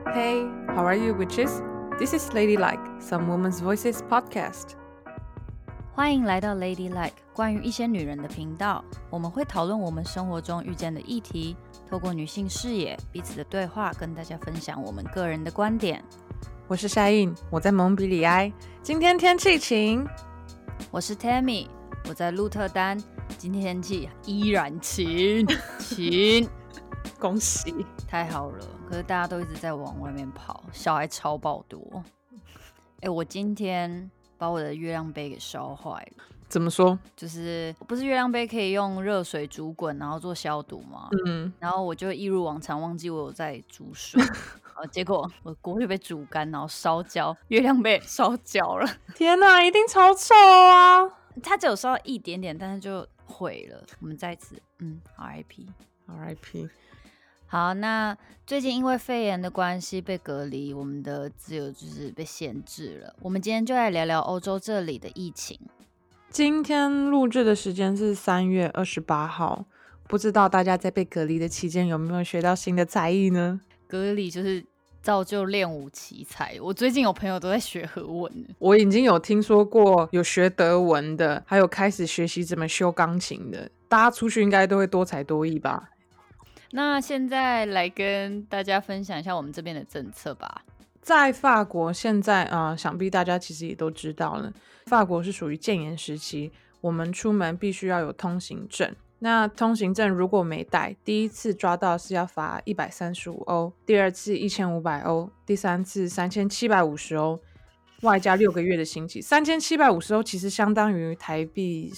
Hey, how are you, witches? This is Ladylike, Some Women's Voices podcast. 欢迎来到 Ladylike 关于一些女人的频道，我们会讨论我们生活中遇见的议题，透过女性视野、彼此的对话，跟大家分享我们个人的观点。 我是夏印，我在蒙彼里埃，今天天气晴。 我是 Tammy， 我在鹿特丹，今天天气依然晴， 恭喜， 太好了！可是大家都一直在往外面跑，小孩超爆多。我今天把我的月亮杯给烧坏了。 怎么说？ 就是不是月亮杯可以用热水煮滚然后做消毒吗？然后我就一如往常忘记我有在煮水结果我锅就被煮干，然后烧焦，月亮杯也烧焦了。 天哪，一定超臭啊！ 它只有烧一点点，但是就毁了。我们在此RIP。好，那最近因为肺炎的关系被隔离，我们的自由就是被限制了。我们今天就来聊聊欧洲这里的疫情。 今天录制的时间是3月28号，不知道大家在被隔离的期间有没有学到新的才艺呢？ 隔离就是造就练武奇才，我最近有朋友都在学荷文， 我已经有听说过有学德文的，还有开始学习怎么修钢琴的，大家出去应该都会多才多艺吧。 那现在来跟大家分享一下我们这边的政策吧。 在法国现在想必大家其实也都知道了，法国是属于戒严时期，我们出门必须要有通行证。那通行证如果没带，第一次抓到是要罚135欧，第二次1500欧，第三次3750欧，外加6个月的刑期。3750欧其实相当于台币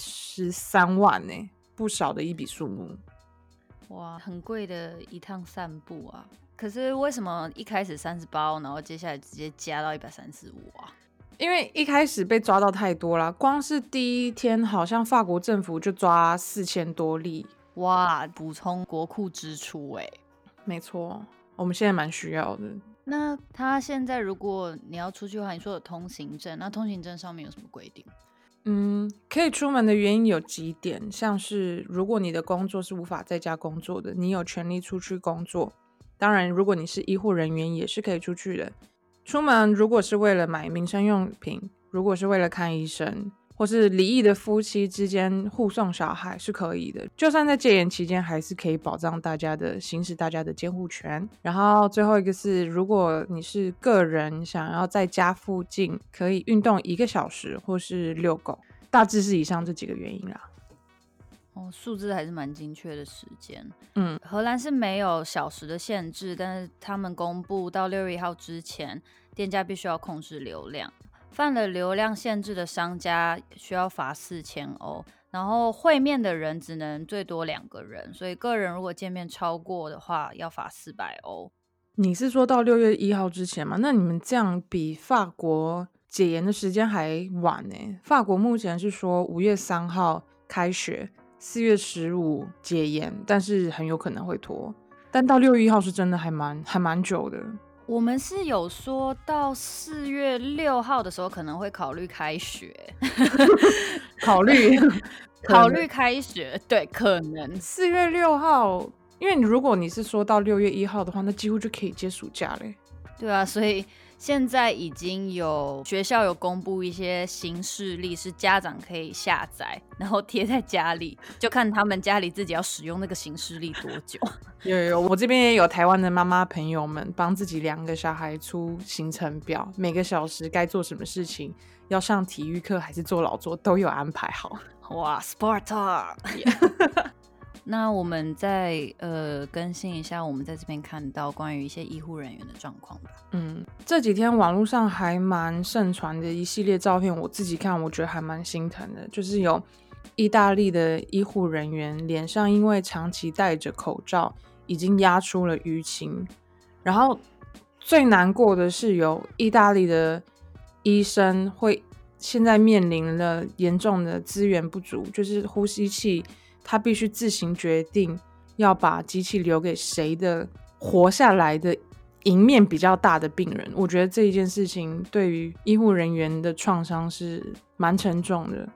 13万耶，不少的一笔数目。 哇，很贵的一趟散步啊！可是为什么一开始38，然后接下来直接加到135啊？ 因为一开始被抓到太多啦，光是第一天好像法国政府就抓4000多例。 哇，补充国库支出耶。 没错，我们现在蛮需要的。 那他现在如果你要出去的话，你说有通行证，那通行证上面有什么规定？ 可以出门的原因有几点，像是如果你的工作是无法在家工作的，你有权利出去工作。当然如果你是医护人员也是可以出去的。出门如果是为了买民生用品，如果是为了看医生，或是离异的夫妻之间护送小孩是可以的，就算在戒严期间还是可以保障大家的行使大家的监护权。然后最后一个是，如果你是个人想要在家附近可以运动1个小时或是遛狗，大致是以上这几个原因啦。 数字还是蛮精确的时间。荷兰是没有小时的限制，但是他们公布到6月1号之前，店家必须要控制流量，犯了流量限制的商家需要罚4000欧，然后会面的人只能最多2个人，所以个人如果见面超过的话要罚400欧。 你是说到6月1号之前吗？那你们这样比法国解严的时间还晚耶。法国目前是说5月3号开学，4月15解严，但是很有可能会拖。但到6月1号是真的还蛮久的。 我们是有说到4月6号的时候可能会考虑开学考虑开学，对，可能 4月6号，因为如果你是说到6月1号的话，那几乎就可以接暑假了。 对啊，所以现在已经有学校有公布一些新事例，是家长可以下载然后贴在家里，就看他们家里自己要使用那个行事历多久。 有，我这边也有台湾的妈妈朋友们帮自己2个小孩出行程表，每个小时该做什么事情，要上体育课还是做劳作都有安排好。 哇 Sparta 那我们再更新一下我们在这边看到关于一些医护人员的状况吧。 这几天网络上还蛮盛传的一系列照片，我自己看我觉得还蛮心疼的，就是有意大利的医护人员脸上因为长期戴着口罩已经压出了淤青，然后最难过的是有意大利的医生会现在面临了严重的资源不足，就是呼吸器他必须自行决定要把机器留给谁的活下来的赢面比较大的病人。我觉得这一件事情对于医护人员的创伤是蛮沉重的。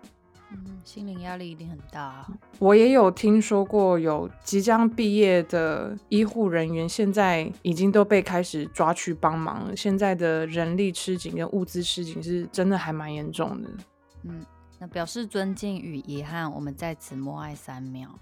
心灵压力一定很大啊。 我也有听说过有即将毕业的医护人员现在已经都被开始抓去帮忙了，现在的人力吃紧跟物资吃紧是真的还蛮严重的。 那表示尊敬与遗憾，我们在此默哀3秒。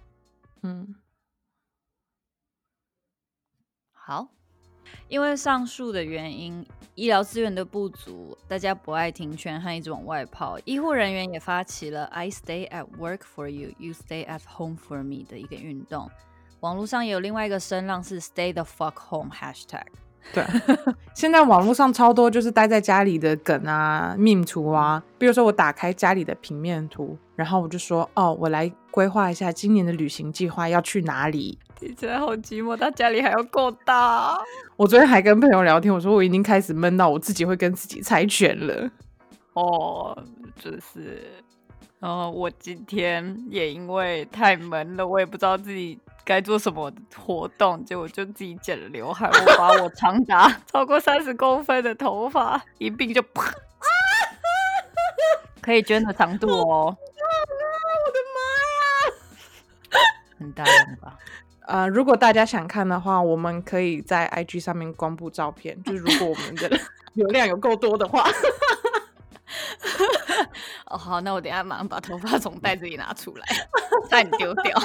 好，因为上述的原因，医疗资源的不足，大家不爱听劝和一直往外跑，医护人员也发起了 I stay at work for you, you stay at home for me 的一个运动。网络上也有另外一个声浪是 stay the fuck home hashtag。 对现在网络上超多就是待在家里的梗啊 meme 图啊，比如说我打开家里的平面图，然后我就说我来规划一下今年的旅行计划要去哪里。 听起来好寂寞，他家里还要够大。 我昨天还跟朋友聊天，我说我已经开始闷到我自己会跟自己猜拳了。 就是我今天也因为太闷了，我也不知道自己该做什么活动，结果就自己剪了刘海。我把我长达超过30公分的头发一并就啪可以捐的长度哦。 我的妈呀很大量吧。 如果大家想看的话，我们可以在 IG 上面公布照片，就是如果我们的流量有够多的话。 好，那我等一下马上把头发从袋子里拿出来，差点丢掉。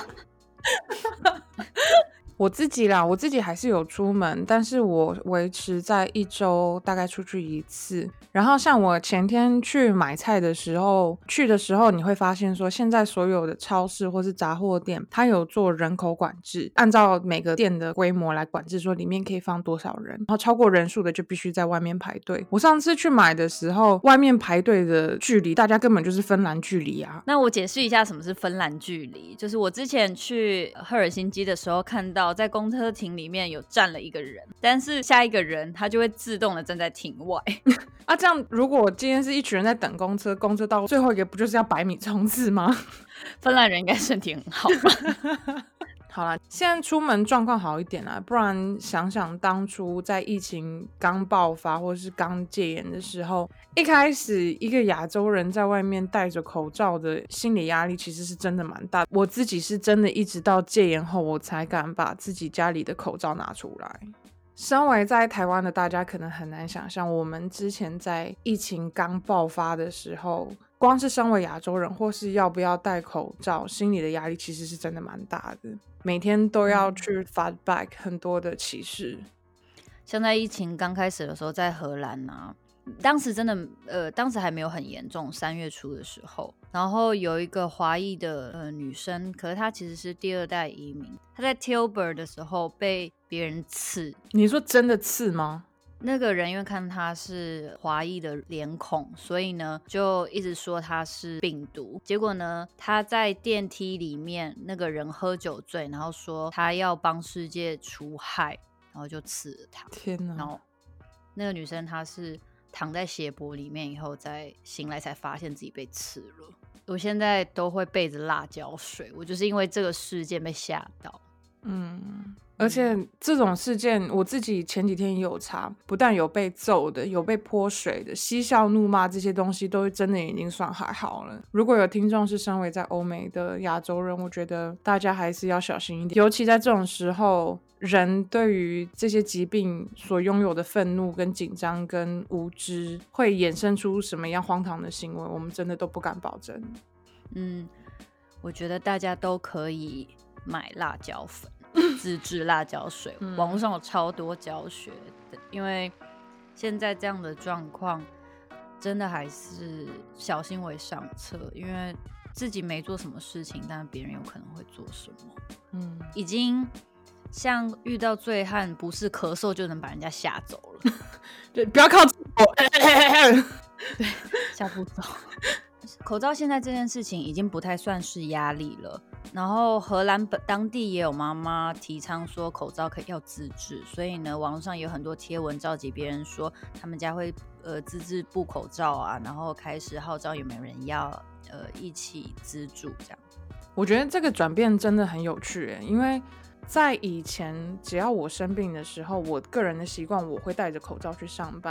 我自己还是有出门，但是我维持在1周大概出去1次。然后像我前天去买菜的时候，你会发现说现在所有的超市或是杂货店它有做人口管制，按照每个店的规模来管制说里面可以放多少人，然后超过人数的就必须在外面排队。我上次去买的时候，外面排队的距离大家根本就是芬兰距离啊。 那我解释一下什么是芬兰距离，就是我之前去赫尔辛基的时候看到在公车亭里面有站了一个人，但是下一个人他就会自动的站在亭外。 这样如果今天是一群人在等公车到最后一个不就是要100米冲刺吗？ 芬兰人应该身体很好吧。 好啦，现在出门状况好一点啦，不然想想当初在疫情刚爆发或是刚戒严的时候，一开始一个亚洲人在外面戴着口罩的心理压力其实是真的蛮大。我自己是真的一直到戒严后我才敢把自己家里的口罩拿出来。身为在台湾的大家可能很难想象，我们之前在疫情刚爆发的时候，光是身为亚洲人或是要不要戴口罩，心理的压力其实是真的蛮大的，每天都要去 fight back 很多的歧视。 像在疫情刚开始的时候，在荷兰啊，当时真的当时还没有很严重，3月初的时候，然后有一个华裔的女生，可是她其实是第2代移民，她在 Tilburg 的时候被别人刺。 你说真的刺吗？ 那个人因为看他是华裔的脸孔，所以呢就一直说他是病毒。结果呢他在电梯里面，那个人喝酒醉，然后说他要帮世界除害，然后就刺了他。 天哪！ 然后那个女生她是躺在斜坡里面以后再醒来才发现自己被刺了。我现在都会备着辣椒水，我就是因为这个事件被吓到。 而且这种事件我自己前几天也有查，不但有被揍的，有被泼水的，嬉笑怒骂这些东西都真的已经算还好了。如果有听众是身为在欧美的亚洲人，我觉得大家还是要小心一点，尤其在这种时候，人对于这些疾病所拥有的愤怒跟紧张跟无知会衍生出什么样荒唐的行为，我们真的都不敢保证。 我觉得大家都可以买辣椒粉自制辣椒水，网络上有超多教学的，因为现在这样的状况真的还是小心为上策，因为自己没做什么事情，但别人有可能会做什么。已经像遇到醉汉不是咳嗽就能把人家吓走了。 对，不要靠近我。 对，下步走。口罩现在这件事情已经不太算是压力了，然后荷兰当地也有妈妈提倡说口罩要自制，所以呢网络上有很多贴文召集别人说他们家会自制布口罩啊，然后开始号召有没有人要一起资助这样。 我觉得这个转变真的很有趣耶，因为在以前只要我生病的时候，我个人的习惯我会戴着口罩去上班，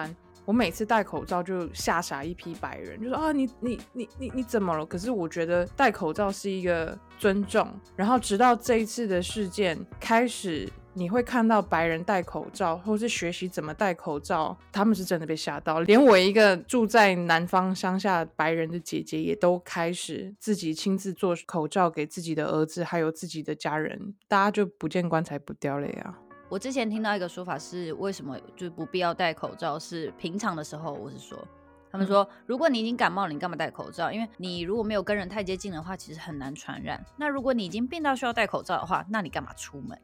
我每次戴口罩就吓傻一批白人，就说啊你怎么了？可是我觉得戴口罩是一个尊重，然后直到这一次的事件开始，你会看到白人戴口罩或是学习怎么戴口罩，他们是真的被吓到。连我一个住在南方乡下白人的姐姐也都开始自己亲自做口罩给自己的儿子还有自己的家人，大家就不见棺材不掉泪啊。 我之前听到一个说法是，为什么就不必要戴口罩，是平常的时候，我是说他们说如果你已经感冒了，你干嘛戴口罩？因为你如果没有跟人太接近的话，其实很难传染。那如果你已经病到需要戴口罩的话，那你干嘛出门？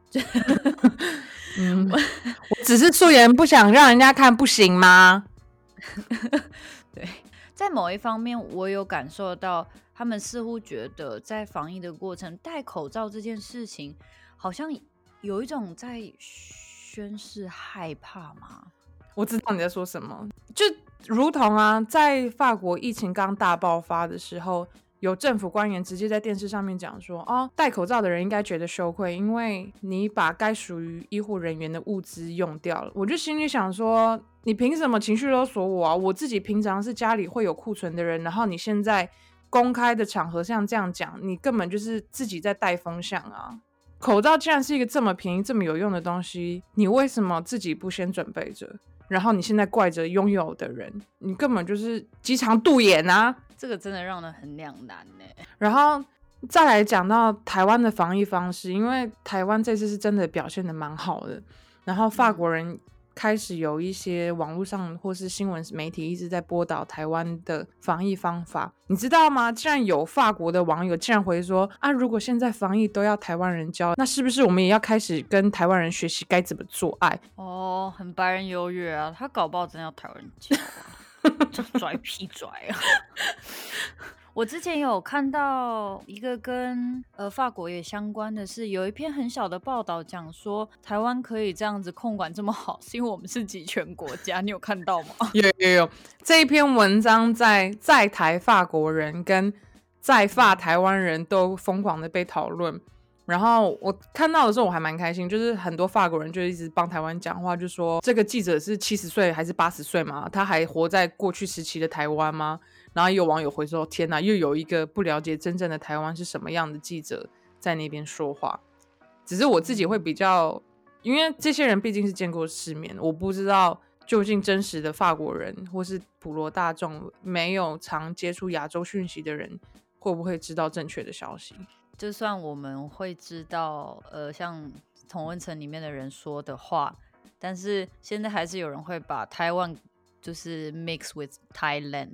我只是素颜不想让人家看，不行吗？ 对，在某一方面我有感受到他们似乎觉得在防疫的过程戴口罩这件事情好像有一种在宣示害怕吗？ 我知道你在说什么，就如同啊，在法国疫情刚大爆发的时候，有政府官员直接在电视上面讲说，哦，戴口罩的人应该觉得羞愧，因为你把该属于医护人员的物资用掉了。我就心里想说，你凭什么情绪勒索我啊？我自己平常是家里会有库存的人，然后你现在公开的场合像这样讲，你根本就是自己在带风向啊！口罩既然是一个这么便宜这么有用的东西，你为什么自己不先准备着？然后你现在怪着拥有的人，你根本就是鸡肠蠹眼啊！ 这个真的让人很两难耶。 然后再来讲到台湾的防疫方式，因为台湾这次是真的表现得蛮好的，然后法国人开始有一些网络上或是新闻媒体一直在播导台湾的防疫方法，你知道吗？竟然有法国的网友竟然回说啊，如果现在防疫都要台湾人教，那是不是我们也要开始跟台湾人学习该怎么做爱？ 哦，很白人优越啊，他搞不好真要台湾人教啊，拽屁拽啊！我之前有看到一个跟法国也相关的是，有一篇很小的报道讲说，台湾可以这样子控管这么好，是因为我们是集权国家。你有看到吗？ 有，这一篇文章在台法国人跟在法台湾人都疯狂的被讨论。然后我看到的时候我还蛮开心，就是很多法国人就一直帮台湾讲话，就说这个记者是70岁还是80岁嘛？他还活在过去时期的台湾吗？然后有网友回说，天哪，又有一个不了解真正的台湾是什么样的记者在那边说话。只是我自己会比较，因为这些人毕竟是见过世面，我不知道究竟真实的法国人或是普罗大众没有常接触亚洲讯息的人会不会知道正确的消息。 就算我们会知道像同温层里面的人说的话，但是现在还是有人会把台湾就是 mix with Thailand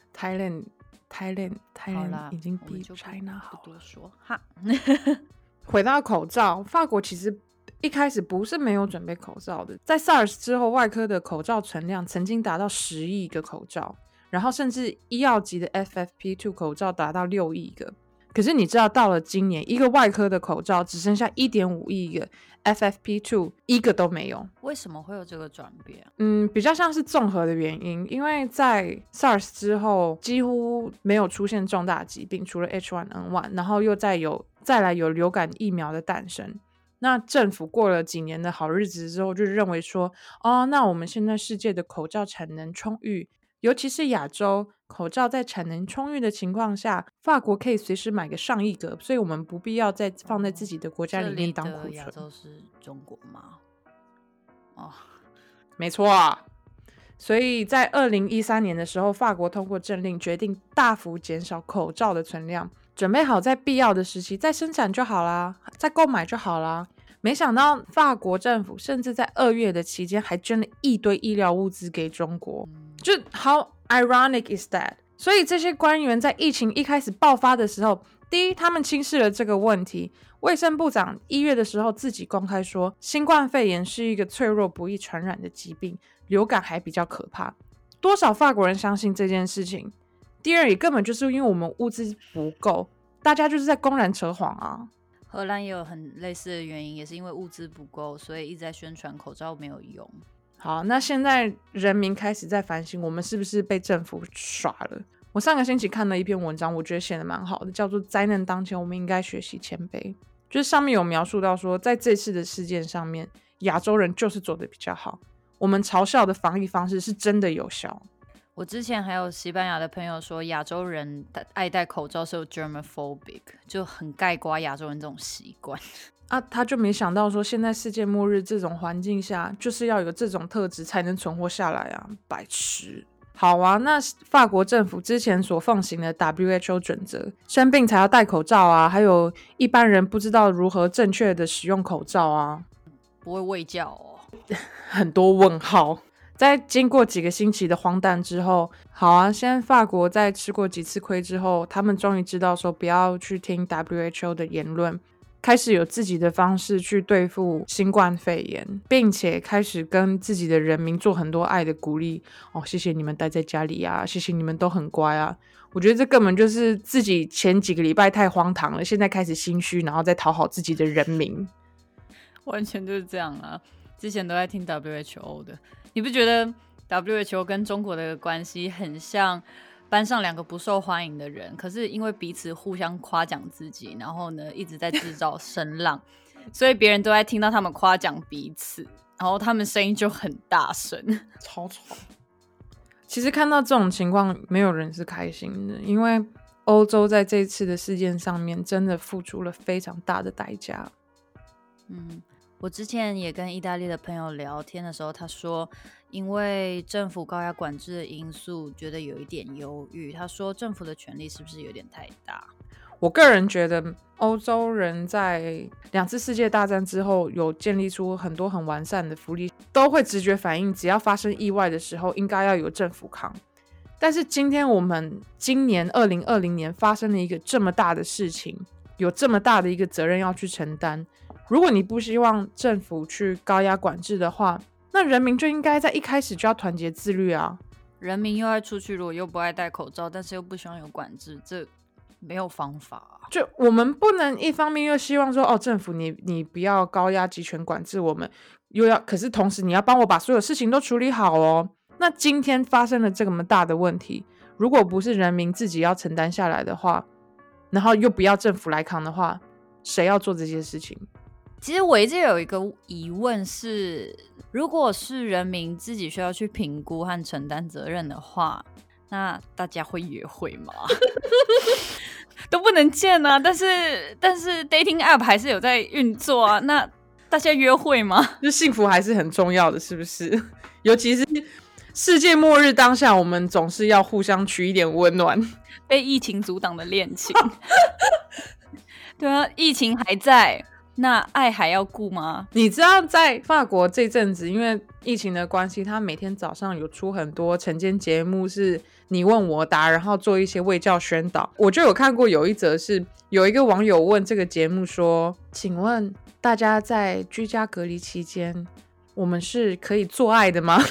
已经比 China 好了。说哈， 回到口罩，法国其实一开始不是没有准备口罩的，在 SARS 之后，外科的口罩存量曾经达到10亿个口罩，然后甚至医药级的 FFP2 口罩达到6亿个。可是你知道，到了今年，一个外科的口罩只剩下 1.5 亿个 FFP2 一个都没有。 为什么会有这个转变？ 比较像是综合的原因，因为在 SARS 之后几乎没有出现重大疾病，除了 H1N1， 然后又再来有流感疫苗的诞生。那政府过了几年的好日子之后，就认为说，哦，那我们现在世界的口罩产能充裕，尤其是亚洲口罩在产能充裕的情况下，法国可以随时买个上亿个，所以我们不必要再放在自己的国家里面当库存。 这里的亚洲是中国吗？哦， 没错啊。所以在2013年的时候，法国通过政令决定大幅减少口罩的存量，准备好在必要的时期再生产就好啦，再购买就好啦。没想到法国政府甚至在2月的期间还捐了一堆医疗物资给中国，就 how ironic is that？ 所以这些官员在疫情一开始爆发的时候，第一，他们轻视了这个问题。卫生部长1月的时候自己公开说，新冠肺炎是一个脆弱不易传染的疾病，流感还比较可怕。多少法国人相信这件事情？第二，也根本就是因为我们物资不够，大家就是在公然扯谎啊。 荷兰也有很类似的原因，也是因为物资不够，所以一直在宣传口罩没有用。 好，那现在人民开始在反省，我们是不是被政府耍了？我上个星期看了一篇文章，我觉得写得蛮好的，叫做灾难当前我们应该学习谦卑。就是上面有描述到说，在这次的事件上面，亚洲人就是做得比较好， 我们嘲笑的防疫方式是真的有效。 我之前还有西班牙的朋友说，亚洲人爱戴口罩是有 germophobic， 就很概括亚洲人这种习惯啊，他就没想到说现在世界末日这种环境下，就是要有这种特质才能存活下来啊，白痴。好啊，那法国政府之前所奉行的 WHO 准则，生病才要戴口罩啊，还有一般人不知道如何正确的使用口罩啊， 不会卫教哦， 很多问号。在经过几个星期的荒诞之后，好啊，现在法国在吃过几次亏之后，他们终于知道说不要去听 WHO 的言论，开始有自己的方式去对付新冠肺炎，并且开始跟自己的人民做很多爱的鼓励。哦，谢谢你们待在家里啊，谢谢你们都很乖啊。我觉得这根本就是自己前几个礼拜太荒唐了，现在开始心虚，然后再讨好自己的人民。 完全就是这样啊。之前都在听 WHO 的，你不觉得 WHO 跟中国的关系很像班上两个不受欢迎的人，可是因为彼此互相夸奖自己，然后呢一直在制造声浪，所以别人都在听到他们夸奖彼此，然后他们声音就很大声， 超吵。其实看到这种情况，没有人是开心的，因为欧洲在这一次的事件上面真的付出了非常大的代价。 我之前也跟意大利的朋友聊天的时候，他说因为政府高压管制的因素觉得有一点忧郁，他说政府的权力是不是有点太大。 我个人觉得欧洲人在2次世界大战之后有建立出很多很完善的福利，都会直觉反应只要发生意外的时候应该要有政府扛。但是今天我们今年2020年发生了一个这么大的事情，有这么大的一个责任要去承担，如果你不希望政府去高压管制的话，那人民就应该在一开始就要团结自律啊。 人民又爱出去，如果又不爱戴口罩，但是又不希望有管制，这没有方法啊。 就我们不能一方面又希望说哦，政府你不要高压集权管制我们，可是同时你要帮我把所有事情都处理好哦。那今天发生了这么大的问题，如果不是人民自己要承担下来的话，然后又不要政府来扛的话，谁要做这些事情？ 其实我一直有一个疑问是，如果是人民自己需要去评估和承担责任的话，那大家会约会吗？都不能见啊，但是 dating app 还是有在运作啊，那大家约会吗？ 就幸福还是很重要的，是不是？尤其是世界末日当下，我们总是要互相取一点温暖。 被疫情阻挡的恋情对啊，疫情还在，那爱还要顾吗？ 你知道在法国这阵子因为疫情的关系，他每天早上有出很多晨间节目是你问我答，然后做一些卫教宣导。我就有看过有一则是有一个网友问这个节目说，请问大家在居家隔离期间我们是可以做爱的吗？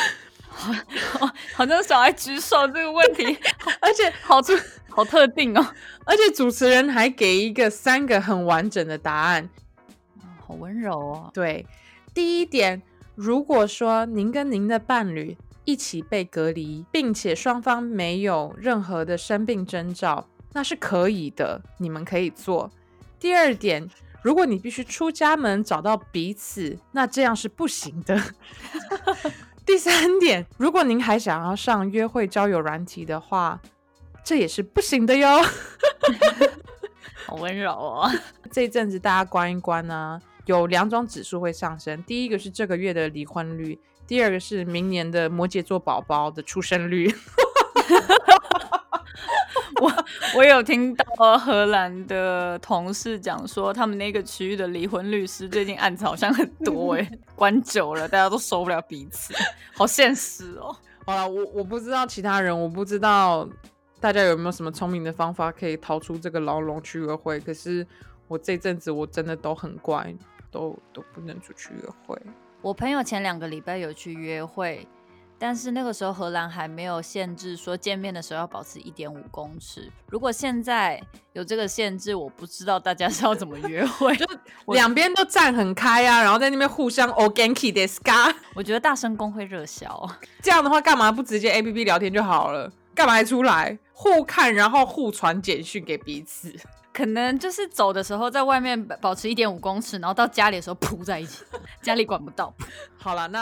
好像小孩举手这个问题而且好特定哦， 而且主持人还给一个3个很完整的答案， 好温柔哦。 对，第一点，如果说您跟您的伴侣一起被隔离，并且双方没有任何的生病征兆，那是可以的，你们可以做。第二点，如果你必须出家门找到彼此，那这样是不行的。第三点，如果您还想要上约会交友软体的话，这也是不行的哟。 好温柔哦。 这一阵子大家关一关啊，有2种指数会上升，第一个是这个月的离婚率，第二个是明年的摩羯座宝宝的出生率。 我有听到荷兰的同事讲说，他们那个区域的离婚律师最近案子好像很多关久了大家都受不了彼此，好现实哦。 好啦，我不知道其他人，我不知道大家有没有什么聪明的方法可以逃出这个牢笼去约会，可是我这阵子我真的都很乖，都不能出去约会。 我朋友前2个礼拜有去约会，但是那个时候荷兰还没有限制说见面的时候要保持1.5公尺。如果现在有这个限制，我不知道大家是要怎么约会。 就两边都站很开啊，然后在那边互相 o genki desu ka。 我觉得大声公会热销。 这样的话干嘛不直接 APP 聊天就好了？干嘛还出来互看然后互传简讯给彼此？ 可能就是走的时候在外面保持1.5公尺，然后到家里的时候扑在一起，家里管不到。 好啦，那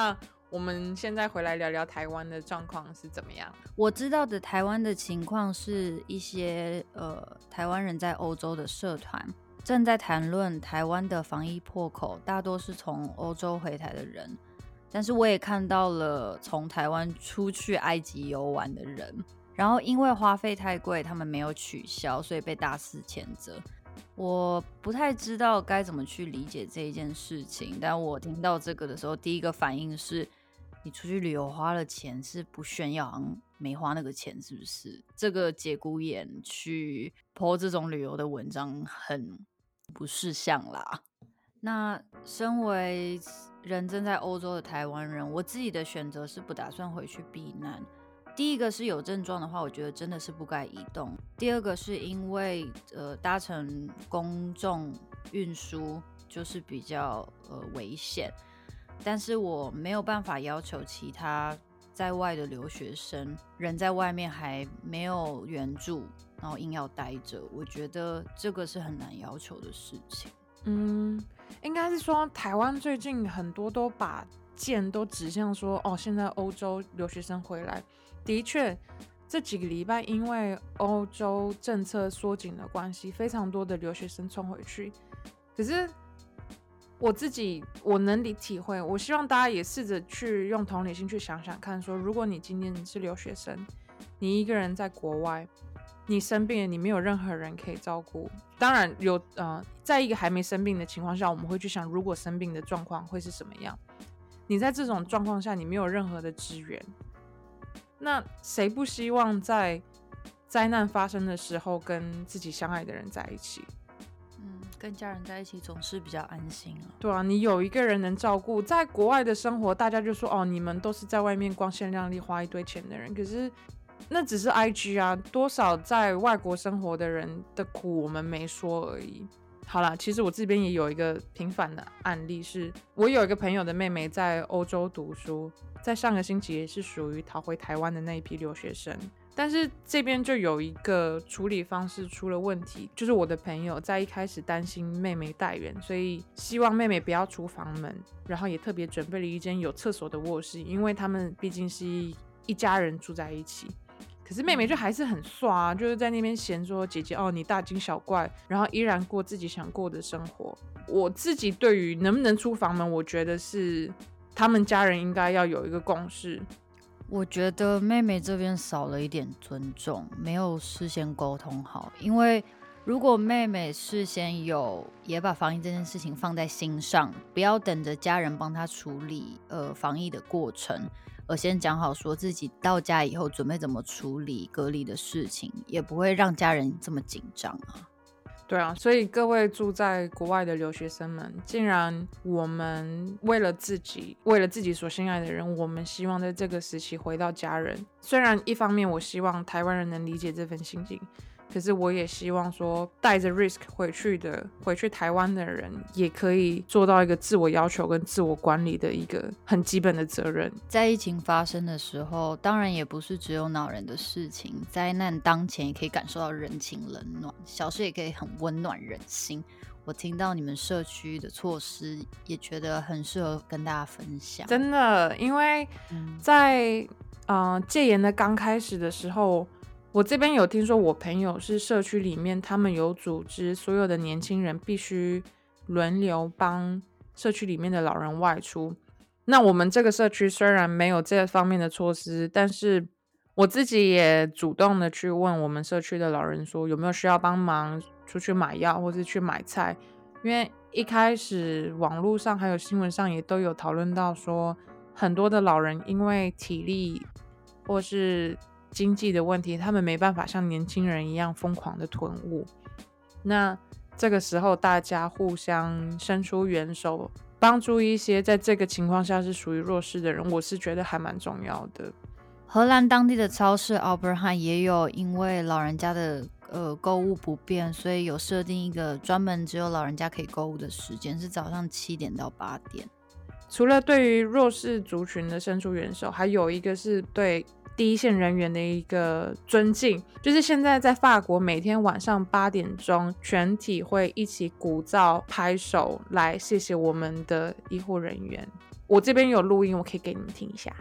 我们现在回来聊聊台湾的状况是怎么样。 我知道的台湾的情况是一些台湾人在欧洲的社团正在谈论台湾的防疫破口，大多是从欧洲回台的人，但是我也看到了从台湾出去埃及游玩的人，然后因为花费太贵，他们没有取消，所以被大肆谴责。我不太知道该怎么去理解这一件事情，但我听到这个的时候，第一个反应是，你出去旅游花了钱是不炫耀，好像没花那个钱，是不是？这个节骨眼去 po 这种旅游的文章很不识相啦。那身为人正在欧洲的台湾人，我自己的选择是不打算回去避难。第一个是有症状的话，我觉得真的是不该移动。第二个是因为搭乘公众运输就是比较危险，但是我没有办法要求其他在外的留学生人在外面还没有援助，然后硬要待着，我觉得这个是很难要求的事情。 应该是说台湾最近很多都把箭都指向说，现在欧洲留学生回来，的确这几个礼拜因为欧洲政策缩紧的关系，非常多的留学生冲回去。可是我能体会，我希望大家也试着去用同理心去想想看，说如果你今天是留学生，你一个人在国外，你生病了，你没有任何人可以照顾。当然有在一个还没生病的情况下，我们会去想如果生病的状况会是什么样。你在这种状况下，你没有任何的支援，那谁不希望在灾难发生的时候跟自己相爱的人在一起？ 跟家人在一起总是比较安心啊。 对啊，你有一个人能照顾。在国外的生活，大家就说你们都是在外面光鲜亮丽花一堆钱的人，可是那只是 IG 啊，多少在外国生活的人的苦我们没说而已。好啦，其实我这边也有一个平反的案例，是我有一个朋友的妹妹在欧洲读书，在上个星期也是属于逃回台湾的那一批留学生，但是这边就有一个处理方式出了问题，就是我的朋友在一开始担心妹妹带源，所以希望妹妹不要出房门，然后也特别准备了一间有厕所的卧室，因为他们毕竟是一家人住在一起。可是妹妹就还是很耍就是在那边嫌说姐姐你大惊小怪，然后依然过自己想过的生活。我自己对于能不能出房门，我觉得是他们家人应该要有一个共识。 我觉得妹妹这边少了一点尊重，没有事先沟通好。因为如果妹妹事先也把防疫这件事情放在心上，不要等着家人帮她处理防疫的过程，而先讲好说自己到家以后准备怎么处理隔离的事情，也不会让家人这么紧张啊。 对啊，所以各位住在国外的留学生们，既然我们为了自己所心爱的人，我们希望在这个时期回到家人。虽然一方面我希望台湾人能理解这份心情，可是我也希望说带着 risk 回去台湾的人也可以做到一个自我要求跟自我管理的一个很基本的责任。 在疫情发生的时候，当然也不是只有恼人的事情，灾难当前也可以感受到人情冷暖，小事也可以很温暖人心。我听到你们社区的措施，也觉得很适合跟大家分享。 真的，因为在戒严的刚开始的时候，我这边有听说我朋友是社区里面他们有组织所有的年轻人必须轮流帮社区里面的老人外出。那我们这个社区虽然没有这方面的措施，但是我自己也主动的去问我们社区的老人说有没有需要帮忙出去买药或是去买菜。因为一开始网络上还有新闻上也都有讨论到说，很多的老人因为体力或是经济的问题，他们没办法像年轻人一样疯狂的囤物。那这个时候大家互相伸出援手，帮助一些在这个情况下是属于弱势的人，我是觉得还蛮重要的。 荷兰当地的超市 Albert 也有因为老人家的购物不便，所以有设定一个专门只有老人家可以购物的时间，是早上7点到8点。 除了对于弱势族群的伸出援手，还有一个是对第一线人员的一个尊敬。就是现在在法国每天晚上8点钟全体会一起鼓噪拍手来谢谢我们的医护人员。我这边有录音，我可以给你们听一下。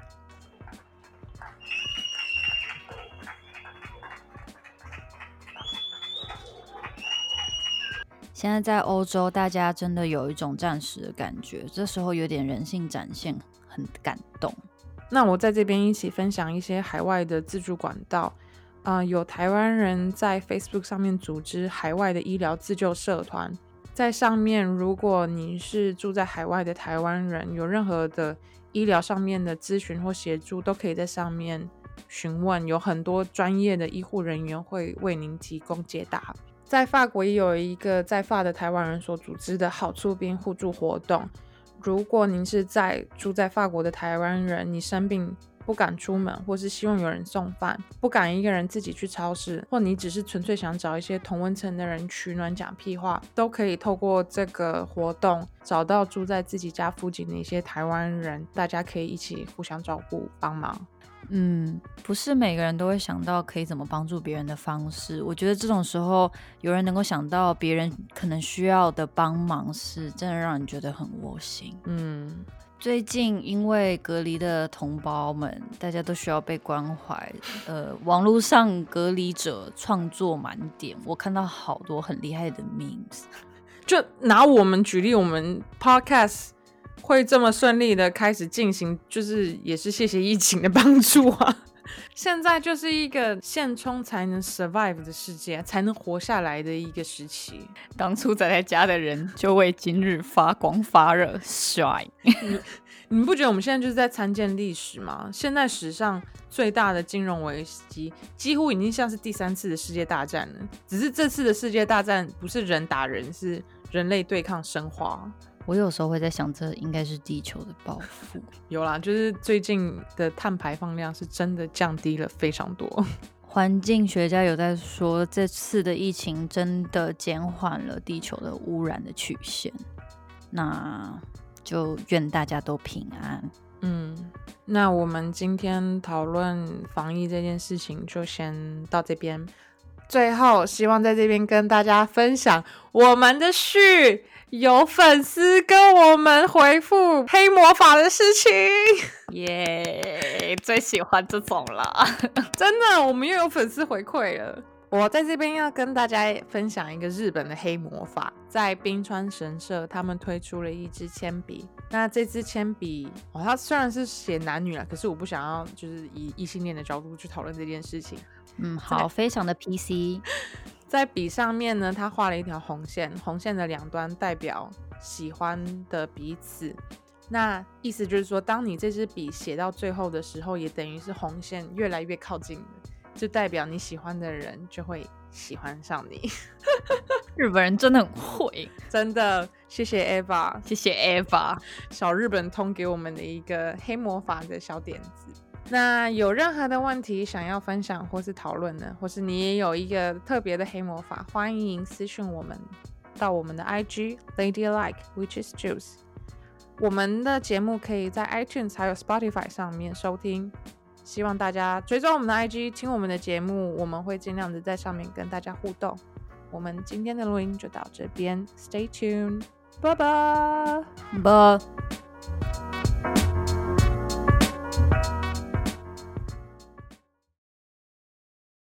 现在在欧洲大家真的有一种战时的感觉，这时候有点人性展现，很感动。 那我在这边一起分享一些海外的自助管道。有台湾人在 Facebook 上面组织海外的医疗自救社团，在上面如果你是住在海外的台湾人，有任何的医疗上面的咨询或协助都可以在上面询问，有很多专业的医护人员会为您提供解答。在法国也有一个在法的台湾人所组织的好处兵互助活动，如果您是住在法国的台湾人，你生病不敢出门，或是希望有人送饭，不敢一个人自己去超市，或你只是纯粹想找一些同温层的人取暖讲屁话，都可以透过这个活动找到住在自己家附近的一些台湾人，大家可以一起互相照顾帮忙。 不是每个人都会想到可以怎么帮助别人的方式，我觉得这种时候有人能够想到别人可能需要的帮忙，是真的让人觉得很窝心。最近因为隔离的同胞们大家都需要被关怀，网络上隔离者创作满点，我看到好多很厉害的 memes。 就拿我们举例，我们 podcast 会这么顺利的开始进行，就是也是谢谢疫情的帮助啊。现在就是一个现充才能 survive 的世界，才能活下来的一个时期。 当初宅在家的人就为今日发光发热，帅。 你们不觉得我们现在就是在参见历史吗？现在史上最大的金融危机几乎已经像是第3次的世界大战了，只是这次的世界大战不是人打人，是人类对抗生化。 我有时候会在想，这应该是地球的报复。 有啦，就是最近的碳排放量是真的降低了非常多。 环境学家有在说，这次的疫情真的减缓了地球的污染的曲线。那就愿大家都平安。 那我们今天讨论防疫这件事情就先到这边。最后希望在这边跟大家分享我们的序，有粉丝跟我们回复黑魔法的事情。 耶，最喜欢这种了。 真的，我们又有粉丝回馈了。我在这边要跟大家分享一个日本的黑魔法，在冰川神社他们推出了一支铅笔。那这支铅笔它虽然是写男女啦，可是我不想要就是以异性恋的角度去讨论这件事情。 好，非常的 PC。 在笔上面呢，他画了一条红线，红线的两端代表喜欢的彼此。那意思就是说，当你这支笔写到最后的时候，也等于是红线越来越靠近了，就代表你喜欢的人就会喜欢上你。 日本人真的很会， 真的，谢谢 Eva， 谢谢 Eva， 小日本通给我们的一个黑魔法的小点子。那有任何的问题想要分享或是讨论呢，或是你也有一个特别的黑魔法，欢迎私讯我们到我们的 IG Ladylike Witches Juice。 我们的节目可以在 iTunes 还有 Spotify 上面收听，希望大家追踪我们的 IG， 听我们的节目，我们会尽量的在上面跟大家互动。我们今天的录音就到这边， Stay tuned， 拜拜。